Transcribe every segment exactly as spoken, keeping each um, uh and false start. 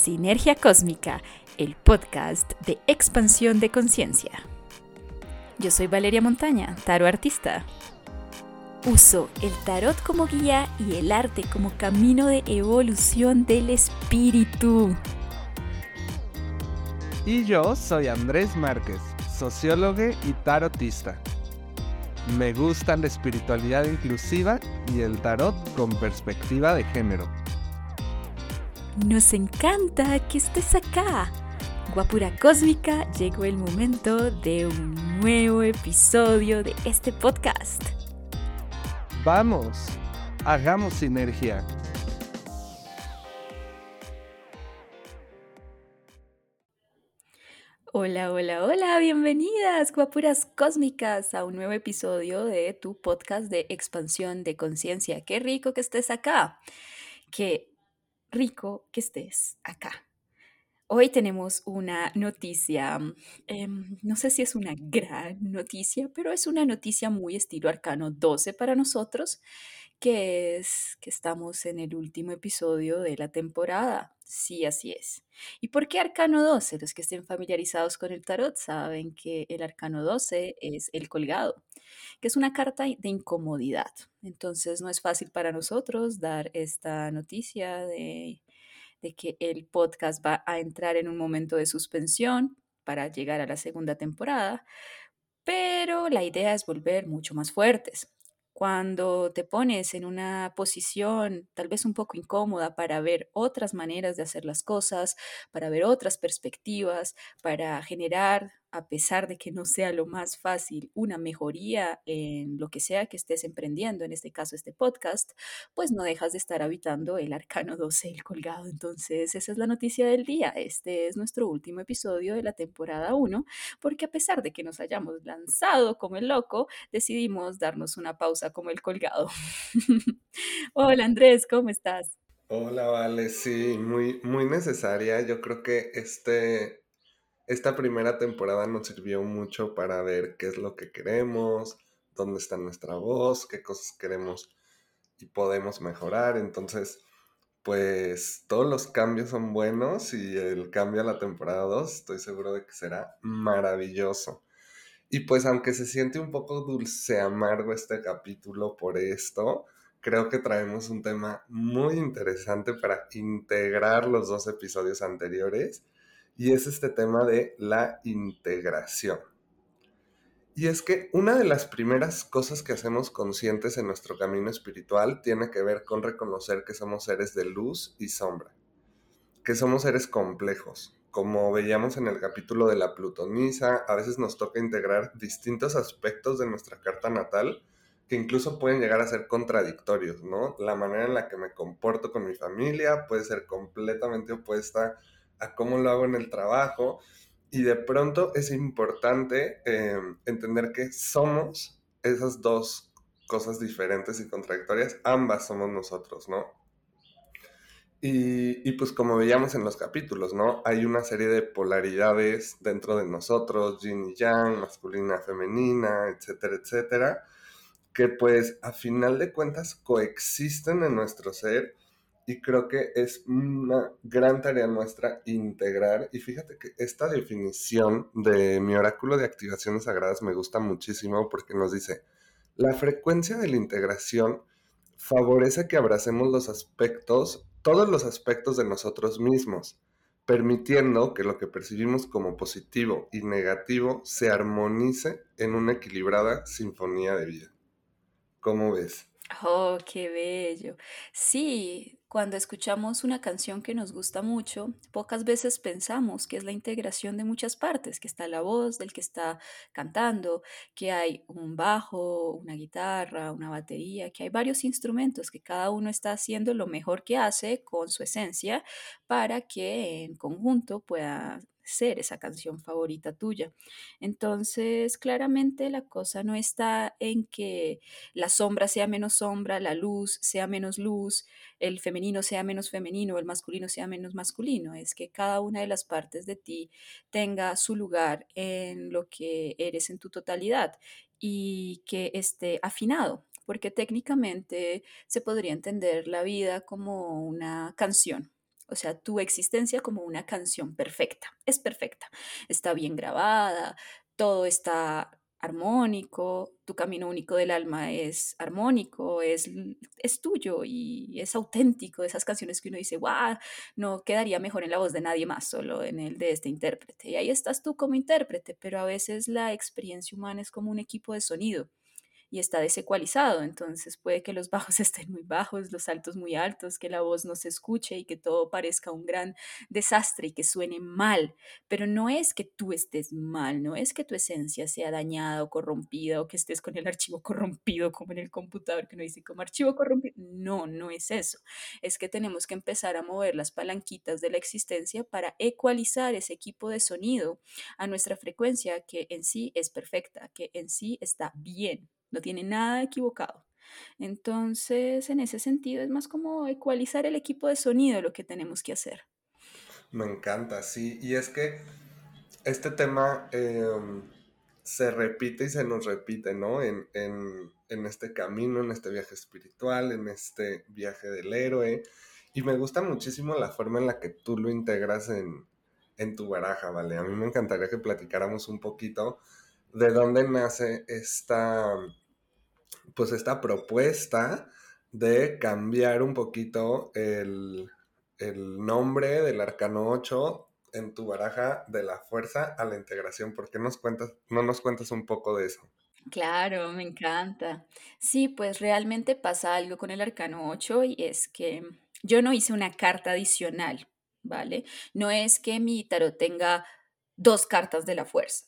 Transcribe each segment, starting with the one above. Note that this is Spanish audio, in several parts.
Sinergia Cósmica, el podcast de expansión de conciencia. Yo soy Valeria Montaña, tarot artista. Uso el tarot como guía y el arte como camino de evolución del espíritu. Y yo soy Andrés Márquez, sociólogo y tarotista. Me gusta la espiritualidad inclusiva y el tarot con perspectiva de género. Nos encanta que estés acá. Guapura Cósmica, llegó el momento de un nuevo episodio de este podcast. Vamos, hagamos sinergia. Hola, hola, hola, bienvenidas, guapuras cósmicas, a un nuevo episodio de tu podcast de expansión de conciencia. Qué rico que estés acá. Qué rico que estés acá. Hoy tenemos una noticia, eh, no sé si es una gran noticia, pero es una noticia muy estilo Arcano doce para nosotros, que es que estamos en el último episodio de la temporada. Sí, así es. ¿Y por qué Arcano doce? Los que estén familiarizados con el tarot saben que el Arcano doce es el colgado, que es una carta de incomodidad. Entonces no es fácil para nosotros dar esta noticia de de que el podcast va a entrar en un momento de suspensión para llegar a la segunda temporada, pero la idea es volver mucho más fuertes. Cuando te pones en una posición tal vez un poco incómoda para ver otras maneras de hacer las cosas, para ver otras perspectivas, para generar, a pesar de que no sea lo más fácil, una mejoría en lo que sea que estés emprendiendo, en este caso este podcast, pues no dejas de estar habitando el Arcano doce, el colgado. Entonces, esa es la noticia del día. Este es nuestro último episodio de la temporada uno, porque a pesar de que nos hayamos lanzado como el loco, decidimos darnos una pausa como el colgado. Hola Andrés, ¿cómo estás? Hola, Vale, sí, muy, muy necesaria. Yo creo que este, esta primera temporada nos sirvió mucho para ver qué es lo que queremos, dónde está nuestra voz, qué cosas queremos y podemos mejorar. Entonces, pues todos los cambios son buenos y el cambio a la temporada dos estoy seguro de que será maravilloso. Y pues aunque se siente un poco dulce amargo este capítulo por esto, creo que traemos un tema muy interesante para integrar los dos episodios anteriores, y es este tema de la integración. Y es que una de las primeras cosas que hacemos conscientes en nuestro camino espiritual tiene que ver con reconocer que somos seres de luz y sombra, que somos seres complejos. Como veíamos en el capítulo de la plutonisa, a veces nos toca integrar distintos aspectos de nuestra carta natal que incluso pueden llegar a ser contradictorios, ¿no? La manera en la que me comporto con mi familia puede ser completamente opuesta a cómo lo hago en el trabajo, y de pronto es importante eh, entender que somos esas dos cosas diferentes y contradictorias, ambas somos nosotros, ¿no? Y, y pues como veíamos en los capítulos, ¿no? Hay una serie de polaridades dentro de nosotros, yin y yang, masculina, femenina, etcétera, etcétera, que pues a final de cuentas coexisten en nuestro ser, y creo que es una gran tarea nuestra integrar. Y fíjate que esta definición de mi oráculo de activaciones sagradas me gusta muchísimo porque nos dice: la frecuencia de la integración favorece que abracemos los aspectos, todos los aspectos de nosotros mismos, permitiendo que lo que percibimos como positivo y negativo se armonice en una equilibrada sinfonía de vida. ¿Cómo ves? Oh, qué bello. Sí, cuando escuchamos una canción que nos gusta mucho, pocas veces pensamos que es la integración de muchas partes, que está la voz del que está cantando, que hay un bajo, una guitarra, una batería, que hay varios instrumentos, que cada uno está haciendo lo mejor que hace con su esencia para que en conjunto pueda ser esa canción favorita tuya. Entonces, claramente la cosa no está en que la sombra sea menos sombra, la luz sea menos luz, el femenino sea menos femenino, el masculino sea menos masculino. Es que cada una de las partes de ti tenga su lugar en lo que eres en tu totalidad y que esté afinado, porque técnicamente se podría entender la vida como una canción. O sea, tu existencia como una canción perfecta. Es perfecta. Está bien grabada, todo está armónico, tu camino único del alma es armónico, es, l- es tuyo y es auténtico. Esas canciones que uno dice, wow, no quedaría mejor en la voz de nadie más, solo en el de este intérprete. Y ahí estás tú como intérprete, pero a veces la experiencia humana es como un equipo de sonido y está desecualizado, entonces puede que los bajos estén muy bajos, los altos muy altos, que la voz no se escuche y que todo parezca un gran desastre y que suene mal, pero no es que tú estés mal, no es que tu esencia sea dañada o corrompida o que estés con el archivo corrompido como en el computador que uno dice como archivo corrompido, no, no es eso, es que tenemos que empezar a mover las palanquitas de la existencia para ecualizar ese equipo de sonido a nuestra frecuencia que en sí es perfecta, que en sí está bien, no tiene nada equivocado. Entonces, en ese sentido, es más como ecualizar el equipo de sonido lo que tenemos que hacer. Me encanta, sí. Y es que este tema eh, se repite y se nos repite, ¿no? En, en, en este camino, en este viaje espiritual, en este viaje del héroe. Y me gusta muchísimo la forma en la que tú lo integras en, en tu baraja, ¿vale? A mí me encantaría que platicáramos un poquito de dónde nace esta, pues esta propuesta de cambiar un poquito el, el nombre del arcano ocho en tu baraja de la fuerza a la integración. ¿Por qué nos cuentas, no nos cuentas un poco de eso? Claro, me encanta. Sí, pues realmente pasa algo con el arcano ocho y es que yo no hice una carta adicional, ¿vale? No es que mi tarot tenga dos cartas de la fuerza.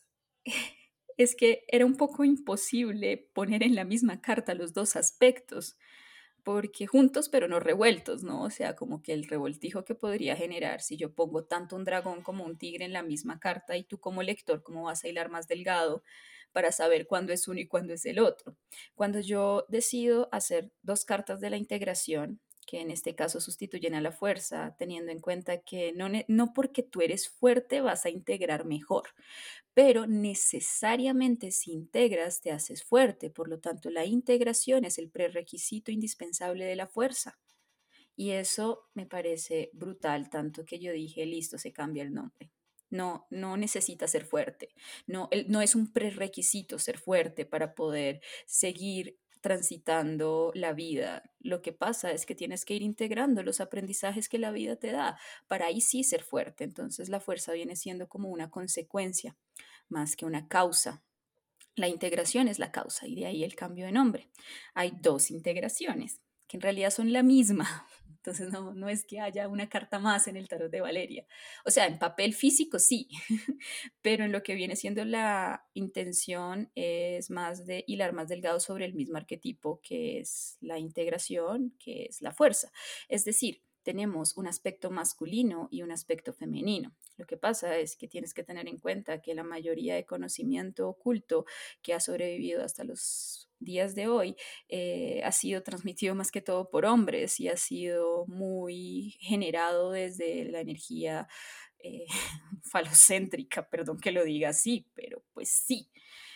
Es que era un poco imposible poner en la misma carta los dos aspectos, porque juntos pero no revueltos, ¿no? O sea, como que el revoltijo que podría generar si yo pongo tanto un dragón como un tigre en la misma carta y tú como lector, ¿cómo vas a hilar más delgado para saber cuándo es uno y cuándo es el otro? Cuando yo decido hacer dos cartas de la integración, que en este caso sustituyen a la fuerza, teniendo en cuenta que no, ne- no porque tú eres fuerte vas a integrar mejor, pero necesariamente si integras te haces fuerte, por lo tanto la integración es el prerequisito indispensable de la fuerza. Y eso me parece brutal, tanto que yo dije, listo, se cambia el nombre. No, no necesita ser fuerte. No, el- no es un prerequisito ser fuerte para poder seguir transitando la vida. Lo que pasa es que tienes que ir integrando los aprendizajes que la vida te da para ahí sí ser fuerte. Entonces la fuerza viene siendo como una consecuencia más que una causa. La integración es la causa y de ahí el cambio de nombre. Hay dos integraciones que en realidad son la misma. Entonces no, no es que haya una carta más en el tarot de Valeria. O sea, en papel físico sí, pero en lo que viene siendo la intención es más de hilar más delgado sobre el mismo arquetipo que es la integración, que es la fuerza. Es decir, tenemos un aspecto masculino y un aspecto femenino. Lo que pasa es que tienes que tener en cuenta que la mayoría de conocimiento oculto que ha sobrevivido hasta los días de hoy eh, ha sido transmitido más que todo por hombres y ha sido muy generado desde la energía eh, falocéntrica, perdón que lo diga así, pero pues sí.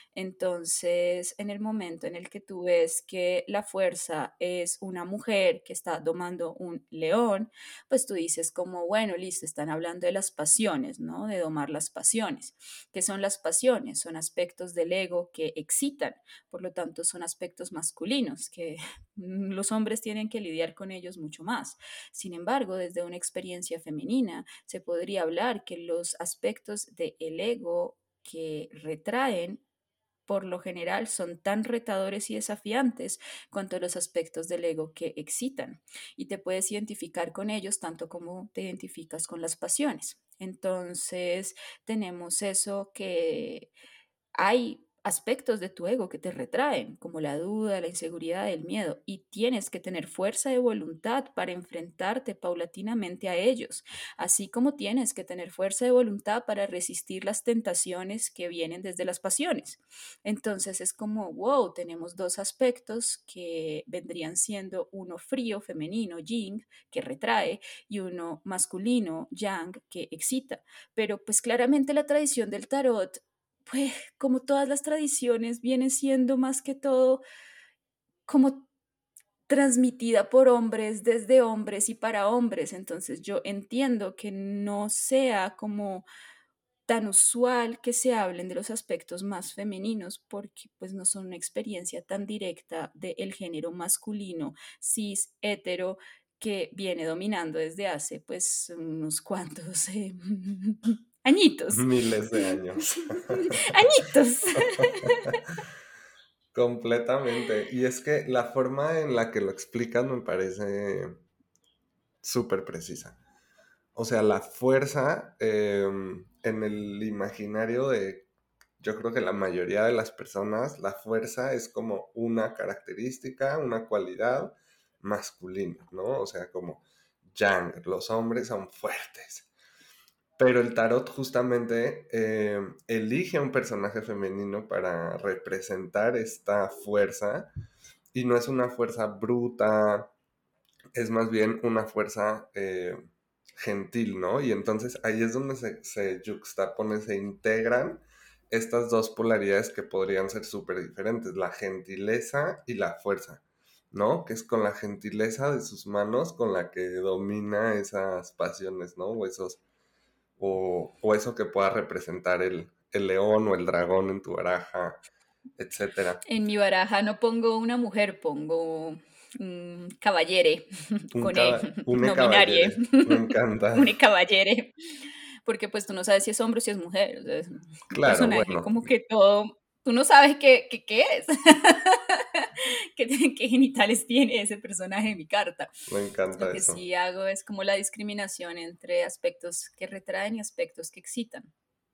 Entonces, en el momento en el que tú ves que la fuerza es una mujer que está domando un león, pues tú dices como, bueno, listo, están hablando de las pasiones, ¿no? De domar las pasiones. ¿Qué son las pasiones? Son aspectos del ego que excitan, por lo tanto son aspectos masculinos que los hombres tienen que lidiar con ellos mucho más. Sin embargo, desde una experiencia femenina, se podría hablar que los aspectos del ego que retraen por lo general son tan retadores y desafiantes cuanto los aspectos del ego que excitan y te puedes identificar con ellos tanto como te identificas con las pasiones. Entonces tenemos eso que hay aspectos de tu ego que te retraen, como la duda, la inseguridad, el miedo, y tienes que tener fuerza de voluntad para enfrentarte paulatinamente a ellos, así como tienes que tener fuerza de voluntad para resistir las tentaciones que vienen desde las pasiones. Entonces es como, wow, tenemos dos aspectos que vendrían siendo uno frío, femenino, yin, que retrae, y uno masculino, yang, que excita. Pero pues claramente la tradición del tarot pues como todas las tradiciones, viene siendo más que todo como transmitida por hombres, desde hombres y para hombres. Entonces yo entiendo que no sea como tan usual que se hablen de los aspectos más femeninos porque pues no son una experiencia tan directa del género masculino, cis, hetero, que viene dominando desde hace pues unos cuantos eh, añitos. Miles de años. Añitos. Completamente. Y es que la forma en la que lo explican me parece súper precisa. O sea, la fuerza eh, en el imaginario de, yo creo que la mayoría de las personas, la fuerza es como una característica, una cualidad masculina, ¿no? O sea, como yang, los hombres son fuertes. Pero el tarot justamente eh, elige a un personaje femenino para representar esta fuerza y no es una fuerza bruta, es más bien una fuerza eh, gentil, ¿no? Y entonces ahí es donde se, se juxtaponen, se integran estas dos polaridades que podrían ser súper diferentes, la gentileza y la fuerza, ¿no? Que es con la gentileza de sus manos con la que domina esas pasiones, ¿no? O esos, o, o eso que pueda representar el, el león o el dragón en tu baraja, etcétera. En mi baraja no pongo una mujer, pongo un caballere Un, con E, caba, un nominarie, caballere, me encanta. un caballere, porque pues tú no sabes si es hombre o si es mujer, o sea, es un Claro, personaje bueno, como que todo, tú no sabes qué, qué, qué es, qué, qué genitales tiene ese personaje en mi carta. me Lo encanta que eso. sí hago es como la discriminación entre aspectos que retraen y aspectos que excitan.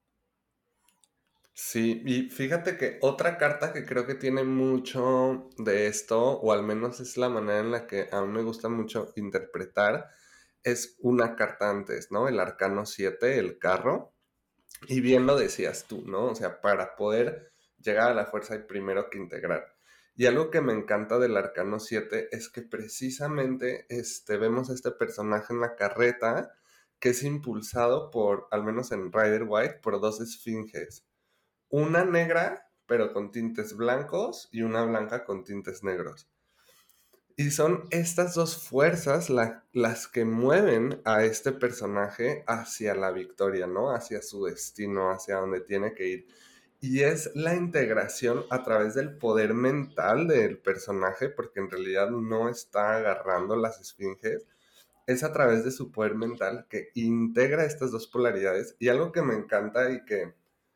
Sí, y fíjate que otra carta que creo que tiene mucho de esto, o al menos es la manera en la que a mí me gusta mucho interpretar, es una carta antes, ¿no? El arcano siete, el carro. Y bien lo decías tú, ¿no? O sea, para poder llegar a la fuerza hay primero que integrar. Y algo que me encanta del arcano siete es que precisamente este, vemos a este personaje en la carreta que es impulsado por, al menos en Rider White, por dos esfinges. Una negra, pero con tintes blancos, y una blanca con tintes negros. Y son estas dos fuerzas la, las que mueven a este personaje hacia la victoria, ¿no? Hacia su destino, hacia donde tiene que ir. Y es la integración a través del poder mental del personaje, porque en realidad no está agarrando las esfinges, es a través de su poder mental que integra estas dos polaridades. Y algo que me encanta y que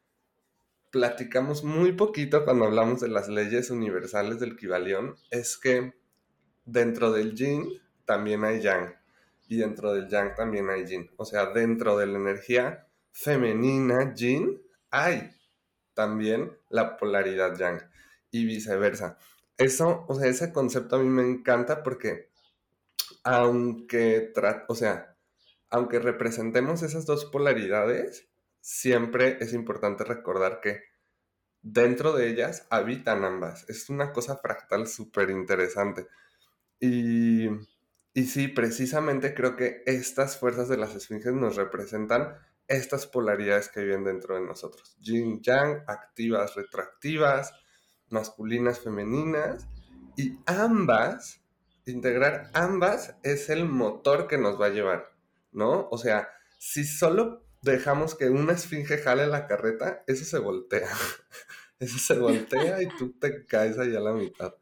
platicamos muy poquito cuando hablamos de las leyes universales del Kybalión es que dentro del yin también hay yang y dentro del yang también hay yin. O sea, dentro de la energía femenina yin hay también la polaridad yang y viceversa. Eso, o sea, ese concepto a mí me encanta porque aunque, tra- o sea, aunque representemos esas dos polaridades, siempre es importante recordar que dentro de ellas habitan ambas. Es una cosa fractal súper interesante. Y, y sí, precisamente creo que estas fuerzas de las esfinges nos representan estas polaridades que viven dentro de nosotros. Yin, yang, activas, retroactivas, masculinas, femeninas. Y ambas, integrar ambas es el motor que nos va a llevar, ¿no? O sea, si solo dejamos que una esfinge jale la carreta, eso se voltea. Eso se voltea y tú te caes ahí a la mitad.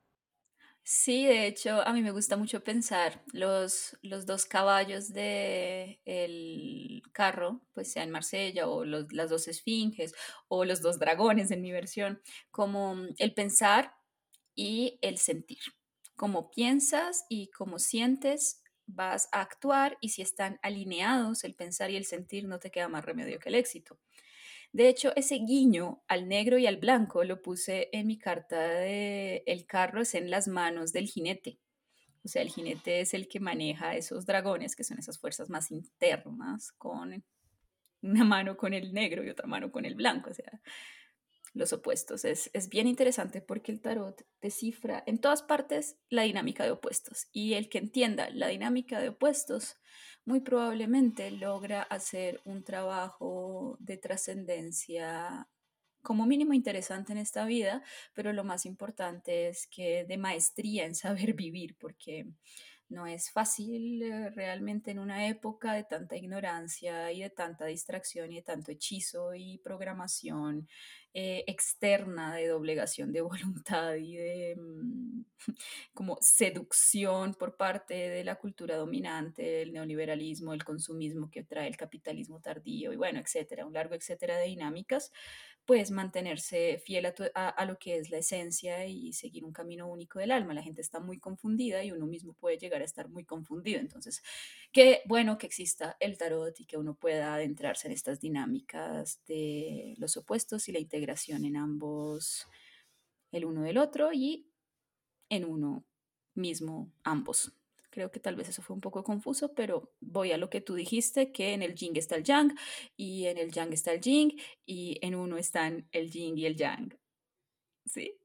Sí, de hecho, a mí me gusta mucho pensar los, los dos caballos de el carro, pues sea en Marsella o los- las dos esfinges o los dos dragones en mi versión, como mm, el pensar y el sentir. Como piensas y como sientes, vas a actuar y si están alineados el pensar y el sentir, no te queda más remedio que el éxito. De hecho, ese guiño al negro y al blanco lo puse en mi carta de el carro es en las manos del jinete. O sea, el jinete es el que maneja esos dragones, que son esas fuerzas más internas, con una mano con el negro y otra mano con el blanco, o sea, los opuestos. Es, es bien interesante porque el tarot descifra en todas partes la dinámica de opuestos y el que entienda la dinámica de opuestos muy probablemente logra hacer un trabajo de trascendencia como mínimo interesante en esta vida, pero lo más importante es que de maestría en saber vivir, porque no es fácil eh, realmente en una época de tanta ignorancia y de tanta distracción y de tanto hechizo y programación eh, externa de doblegación de voluntad y de mm, como seducción por parte de la cultura dominante, el neoliberalismo, el consumismo que trae el capitalismo tardío y bueno, etcétera, un largo etcétera de dinámicas, pues mantenerse fiel a, tu- a- a lo que es la esencia y seguir un camino único del alma. La gente está muy confundida y uno mismo puede llegar a estar muy confundido. Entonces, qué bueno que exista el tarot y que uno pueda adentrarse en estas dinámicas de los opuestos y la integración en ambos, el uno del otro y en uno mismo ambos. Creo que tal vez eso fue un poco confuso, pero voy a lo que tú dijiste, que en el yin está el yang y en el yang está el yin y en uno están el yin y el yang. ¿Sí?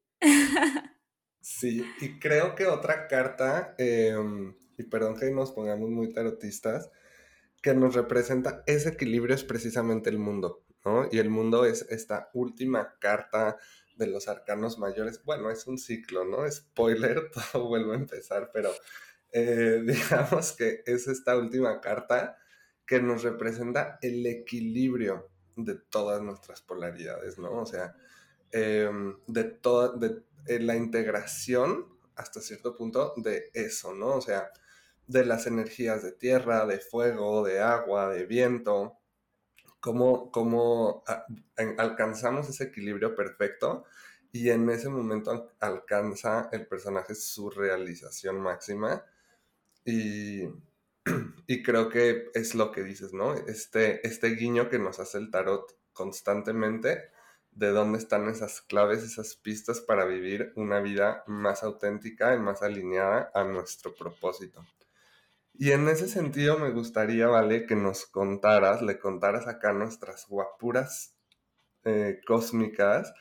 Sí, y creo que otra carta, em, y perdón que nos pongamos muy tarotistas, que nos representa ese equilibrio es precisamente el mundo, ¿no? Y el mundo es esta última carta de los arcanos mayores. Bueno, es un ciclo, ¿no? Spoiler, todo vuelve a empezar, pero eh, digamos que es esta última carta que nos representa el equilibrio de todas nuestras polaridades, ¿no? O sea, eh, de toda, de eh, la integración hasta cierto punto de eso, ¿no? O sea, de las energías de tierra, de fuego, de agua, de viento, cómo, cómo a- en- alcanzamos ese equilibrio perfecto y en ese momento al- alcanza el personaje su realización máxima y, y creo que es lo que dices, ¿no? Este, este guiño que nos hace el tarot constantemente, de dónde están esas claves, esas pistas para vivir una vida más auténtica y más alineada a nuestro propósito. Y en ese Claro. sentido me gustaría, Vale, que nos contaras, le contaras acá a nuestras guapuras eh, cósmicas,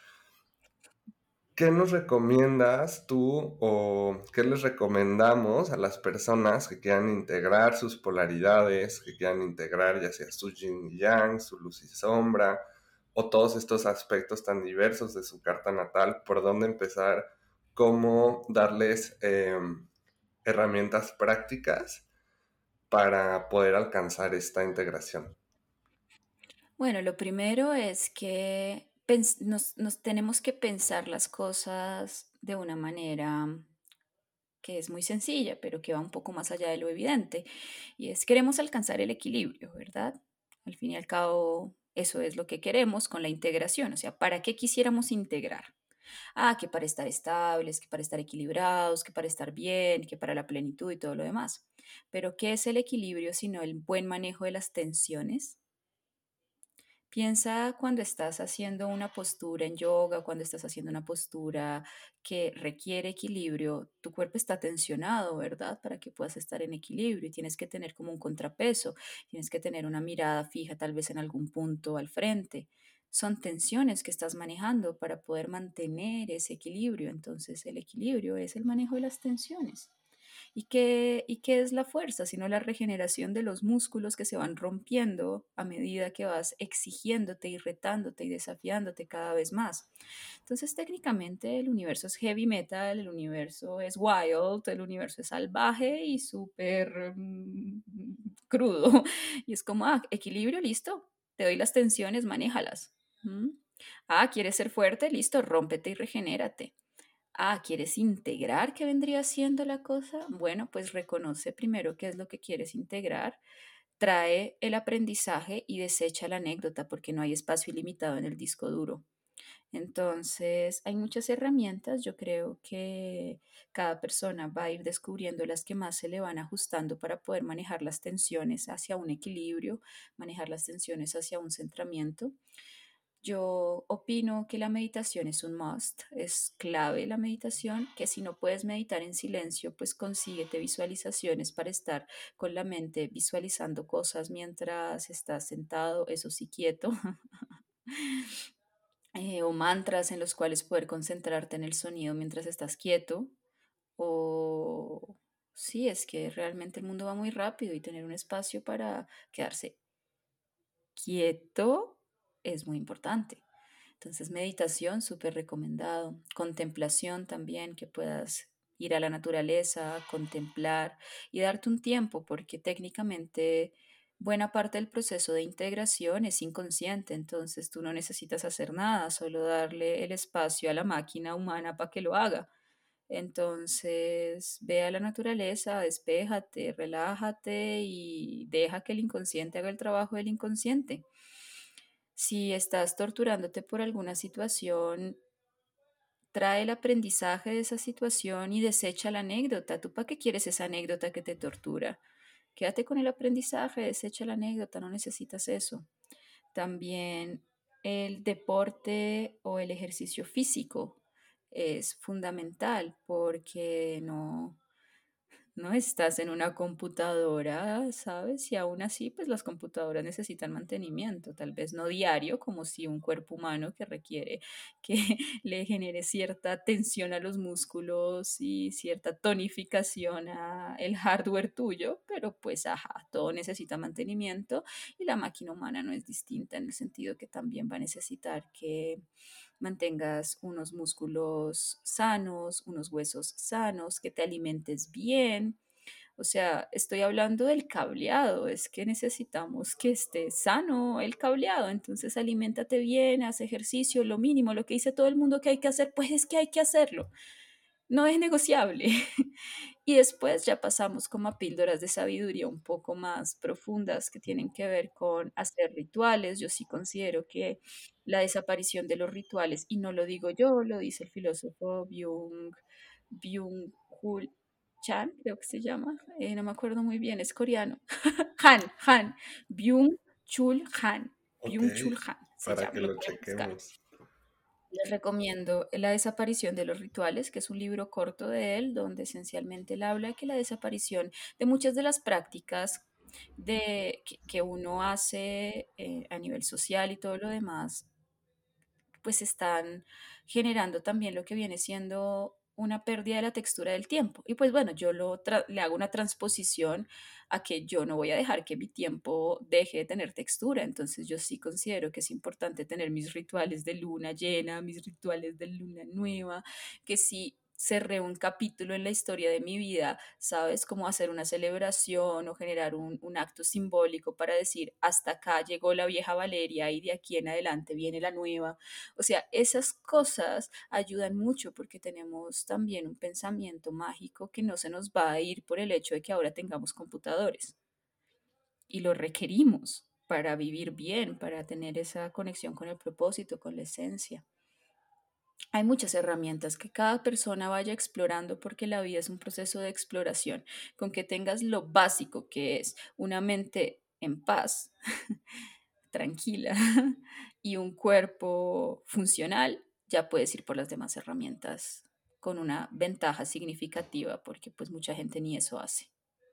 ¿qué nos recomiendas tú o qué les recomendamos a las personas que quieran integrar sus polaridades, que quieran integrar ya sea su yin y yang, su luz y sombra, o todos estos aspectos tan diversos de su carta natal? ¿Por dónde empezar? ¿Cómo darles eh, herramientas prácticas para poder alcanzar esta integración? Bueno, lo primero es que pens- nos, nos tenemos que pensar las cosas de una manera que es muy sencilla, pero que va un poco más allá de lo evidente. Y es, queremos alcanzar el equilibrio, ¿verdad? Al fin y al cabo, eso es lo que queremos con la integración. O sea, ¿para qué quisiéramos integrar? Ah, que para estar estables, que para estar equilibrados, que para estar bien, que para la plenitud y todo lo demás. Pero ¿qué es el equilibrio sino el buen manejo de las tensiones? Piensa cuando estás haciendo una postura en yoga, cuando estás haciendo una postura que requiere equilibrio, tu cuerpo está tensionado, ¿verdad? Para que puedas estar en equilibrio y tienes que tener como un contrapeso, tienes que tener una mirada fija tal vez en algún punto al frente. Son tensiones que estás manejando para poder mantener ese equilibrio. Entonces el equilibrio es el manejo de las tensiones. ¿Y qué, y qué es la fuerza? Sino la regeneración de los músculos que se van rompiendo a medida que vas exigiéndote y retándote y desafiándote cada vez más. Entonces, técnicamente el universo es heavy metal, el universo es wild, el universo es salvaje y súper mm, crudo. Y es como, ah, equilibrio, listo, te doy las tensiones, manéjalas. ¿Mm? Ah, ¿quieres ser fuerte? Listo, rómpete y regenérate. Ah, ¿quieres integrar qué vendría siendo la cosa? Bueno, pues reconoce primero qué es lo que quieres integrar, trae el aprendizaje y desecha la anécdota porque no hay espacio ilimitado en el disco duro. Entonces, hay muchas herramientas. Yo creo que cada persona va a ir descubriendo las que más se le van ajustando para poder manejar las tensiones hacia un equilibrio, manejar las tensiones hacia un centramiento. Yo opino que la meditación es un must, es clave la meditación, que si no puedes meditar en silencio, pues consíguete visualizaciones para estar con la mente visualizando cosas mientras estás sentado, eso sí quieto, eh, o mantras en los cuales poder concentrarte en el sonido mientras estás quieto, o sí, es que realmente el mundo va muy rápido y tener un espacio para quedarse quieto es muy importante. Entonces, meditación, súper recomendado. Contemplación también, que puedas ir a la naturaleza, contemplar y darte un tiempo, porque técnicamente buena parte del proceso de integración es inconsciente, entonces tú no necesitas hacer nada, solo darle el espacio a la máquina humana para que lo haga. Entonces, ve a la naturaleza, despéjate, relájate y deja que el inconsciente haga el trabajo del inconsciente. Si estás torturándote por alguna situación, trae el aprendizaje de esa situación y desecha la anécdota. ¿Tú para qué quieres esa anécdota que te tortura? Quédate con el aprendizaje, desecha la anécdota, no necesitas eso. También el deporte o el ejercicio físico es fundamental porque no, no estás en una computadora, ¿sabes? Y aún así, pues las computadoras necesitan mantenimiento, tal vez no diario, como si un cuerpo humano que requiere que le genere cierta tensión a los músculos y cierta tonificación a el hardware tuyo, pero pues ajá, todo necesita mantenimiento y la máquina humana no es distinta en el sentido que también va a necesitar que mantengas unos músculos sanos, unos huesos sanos, que te alimentes bien. O sea, estoy hablando del cableado, es que necesitamos que esté sano el cableado, entonces aliméntate bien, haz ejercicio, lo mínimo, lo que dice todo el mundo que hay que hacer, pues es que hay que hacerlo, no es negociable. Y después ya pasamos como a píldoras de sabiduría un poco más profundas que tienen que ver con hacer rituales. Yo sí considero que la desaparición de los rituales, y no lo digo yo, lo dice el filósofo Byung, Byung-Chul Chan, creo que se llama, eh, no me acuerdo muy bien, es coreano. Han, Han, Byung-Chul Han, Ok, Byung-Chul Han se para llama, que lo lo pueden buscar. chequemos. Les recomiendo La desaparición de los rituales, que es un libro corto de él, donde esencialmente él habla de que la desaparición de muchas de las prácticas de, que, que uno hace eh, a nivel social y todo lo demás, pues están generando también lo que viene siendo una pérdida de la textura del tiempo. Y pues bueno, yo lo tra- le hago una transposición a que yo no voy a dejar que mi tiempo deje de tener textura. Entonces yo sí considero que es importante tener mis rituales de luna llena, mis rituales de luna nueva, que si cerré un capítulo en la historia de mi vida, ¿sabes? Como hacer una celebración o generar un, un acto simbólico para decir, hasta acá llegó la vieja Valeria y de aquí en adelante viene la nueva. O sea, esas cosas ayudan mucho porque tenemos también un pensamiento mágico que no se nos va a ir por el hecho de que ahora tengamos computadores y lo requerimos para vivir bien, para tener esa conexión con el propósito, con la esencia. Hay muchas herramientas que cada persona vaya explorando porque la vida es un proceso de exploración. Con que tengas lo básico que es una mente en paz, tranquila y un cuerpo funcional, ya puedes ir por las demás herramientas con una ventaja significativa porque pues mucha gente ni eso hace.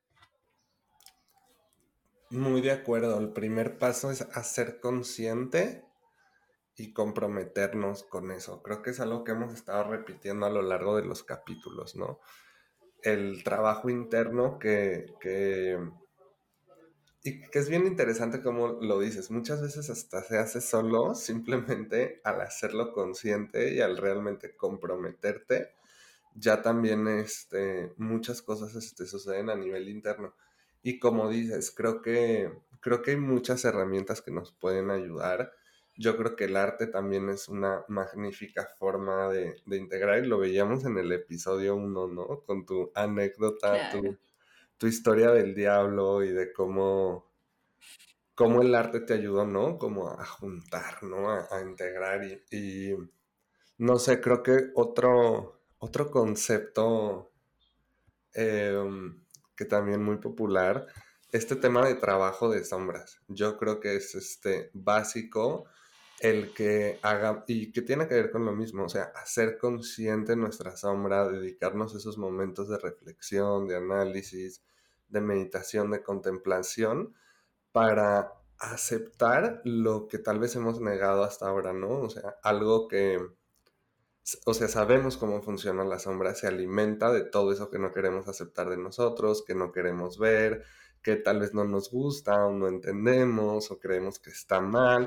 Muy de acuerdo, el primer paso es hacer consciente y comprometernos con eso. Creo que es algo que hemos estado repitiendo a lo largo de los capítulos, ¿no? El trabajo interno que, que y que es bien interesante como lo dices, muchas veces hasta se hace solo, simplemente al hacerlo consciente y al realmente comprometerte, ya también este, muchas cosas este, suceden a nivel interno. Y como dices, creo que, creo que hay muchas herramientas que nos pueden ayudar. Yo creo que el arte también es una magnífica forma de, de integrar y lo veíamos en el episodio uno, ¿no? Con tu anécdota, Claro. tu, tu historia del diablo y de cómo cómo el arte te ayudó, ¿no? Como a juntar, ¿no? A, a integrar y, y, no sé, creo que otro, otro concepto eh, que también muy popular, este tema de trabajo de sombras. Yo creo que es este básico el que haga y que tiene que ver con lo mismo, o sea, hacer consciente nuestra sombra, dedicarnos esos momentos de reflexión, de análisis, de meditación, de contemplación para aceptar lo que tal vez hemos negado hasta ahora, ¿no? O sea, algo que, o sea, sabemos cómo funciona la sombra, se alimenta de todo eso que no queremos aceptar de nosotros, que no queremos ver, que tal vez no nos gusta o no entendemos o creemos que está mal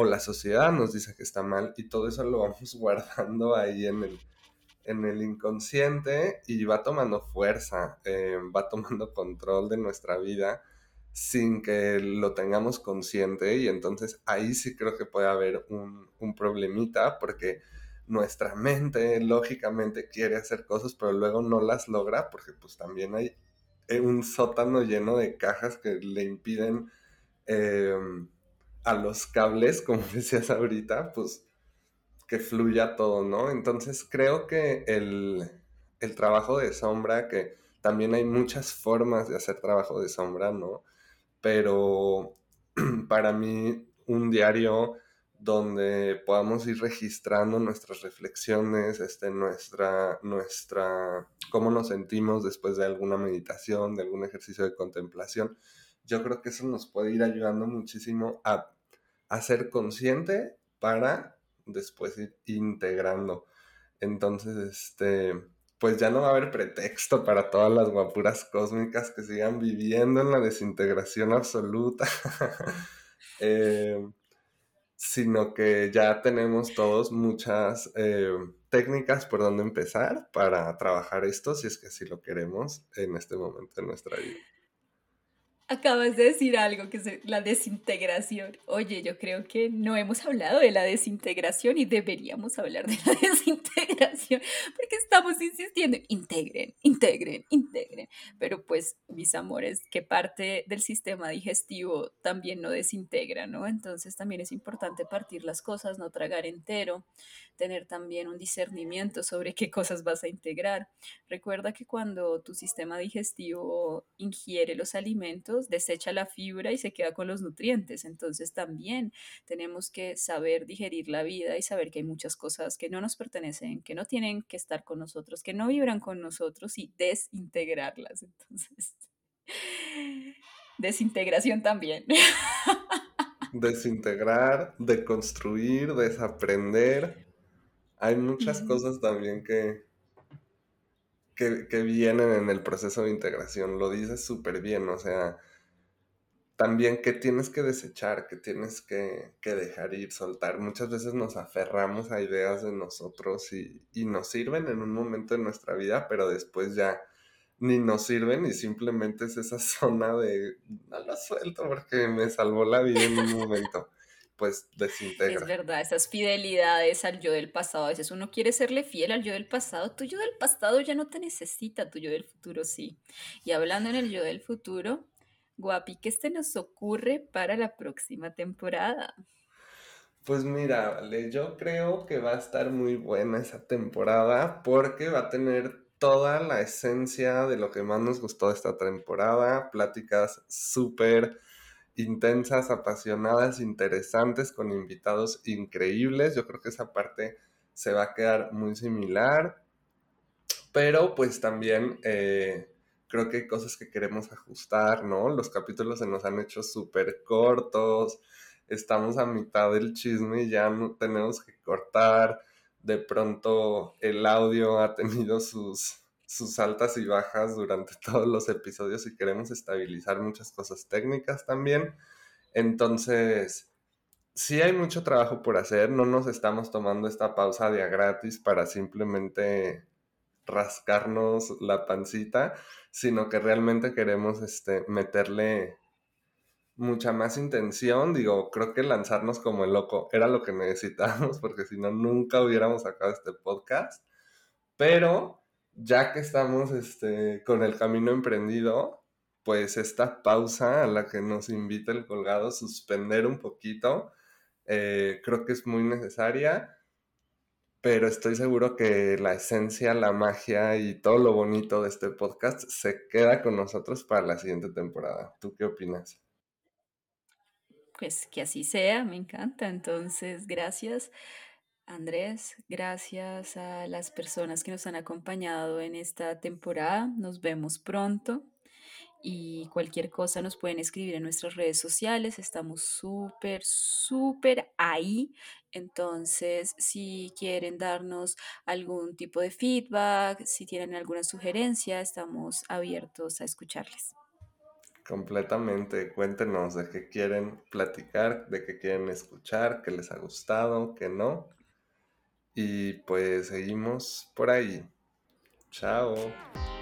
o la sociedad nos dice que está mal, y todo eso lo vamos guardando ahí en el, en el inconsciente y va tomando fuerza, eh, va tomando control de nuestra vida sin que lo tengamos consciente, y entonces ahí sí creo que puede haber un, un problemita, porque nuestra mente lógicamente quiere hacer cosas pero luego no las logra, porque pues también hay un sótano lleno de cajas que le impiden eh, a los cables, como decías ahorita, pues que fluya todo, ¿no? Entonces creo que el, el trabajo de sombra, que también hay muchas formas de hacer trabajo de sombra, ¿no? Pero para mí un diario donde podamos ir registrando nuestras reflexiones, este, nuestra, nuestra, cómo nos sentimos después de alguna meditación, de algún ejercicio de contemplación, yo creo que eso nos puede ir ayudando muchísimo a, a ser consciente para después ir integrando. Entonces, este, pues ya no va a haber pretexto para todas las guapuras cósmicas que sigan viviendo en la desintegración absoluta, eh, sino que ya tenemos todos muchas eh, técnicas por donde empezar para trabajar esto, si es que así lo queremos en este momento de nuestra vida. Acabas de decir algo que es la desintegración. Oye, yo creo que no hemos hablado de la desintegración y deberíamos hablar de la desintegración porque estamos insistiendo en integren, integren, integren. Pero pues, mis amores, ¿qué parte del sistema digestivo también no desintegra, no? Entonces también es importante partir las cosas, no tragar entero, tener también un discernimiento sobre qué cosas vas a integrar. Recuerda que cuando tu sistema digestivo ingiere los alimentos, desecha la fibra y se queda con los nutrientes. Entonces también tenemos que saber digerir la vida y saber que hay muchas cosas que no nos pertenecen, que no tienen que estar con nosotros, que no vibran con nosotros y desintegrarlas. Entonces, desintegración también. Desintegrar, deconstruir, desaprender. Hay muchas Ujú. cosas también que, que, que vienen en el proceso de integración. Lo dices súper bien, o sea, también que tienes que desechar, que tienes que, que dejar ir, soltar. Muchas veces nos aferramos a ideas de nosotros y, y nos sirven en un momento de nuestra vida, pero después ya ni nos sirven y simplemente es esa zona de no lo suelto porque me salvó la vida en un momento. Pues Es desintegra. verdad, esas fidelidades al yo del pasado, a veces uno quiere serle fiel al yo del pasado, tu yo del pasado ya no te necesita, tu yo del futuro sí. Y hablando en el yo del futuro, Guapi, ¿qué se nos ocurre para la próxima temporada? Pues mira, vale, yo creo que va a estar muy buena esa temporada porque va a tener toda la esencia de lo que más nos gustó de esta temporada, pláticas súper intensas, apasionadas, interesantes, con invitados increíbles. Yo creo que esa parte se va a quedar muy similar, pero pues también eh, creo que hay cosas que queremos ajustar, ¿no? Los capítulos se nos han hecho súper cortos, estamos a mitad del chisme y ya no tenemos que cortar. De pronto el audio ha tenido sus, sus altas y bajas durante todos los episodios y queremos estabilizar muchas cosas técnicas también. Entonces, sí hay mucho trabajo por hacer, no nos estamos tomando esta pausa de a gratis para simplemente rascarnos la pancita, sino que realmente queremos este, meterle mucha más intención. Digo, creo que lanzarnos como el loco era lo que necesitábamos, porque si no, nunca hubiéramos sacado este podcast. Pero ya que estamos este, con el camino emprendido, pues esta pausa a la que nos invita el colgado, suspender un poquito, eh, creo que es muy necesaria, pero estoy seguro que la esencia, la magia y todo lo bonito de este podcast se queda con nosotros para la siguiente temporada. ¿Tú qué opinas? Pues que así sea, me encanta. Entonces, gracias, Andrés, gracias a las personas que nos han acompañado en esta temporada. Nos vemos pronto. Y cualquier cosa nos pueden escribir en nuestras redes sociales. Estamos súper, súper ahí. Entonces, si quieren darnos algún tipo de feedback, si tienen alguna sugerencia, estamos abiertos a escucharles. Completamente. Cuéntenos de qué quieren platicar, de qué quieren escuchar, qué les ha gustado, qué no. Y pues seguimos por ahí. Chao.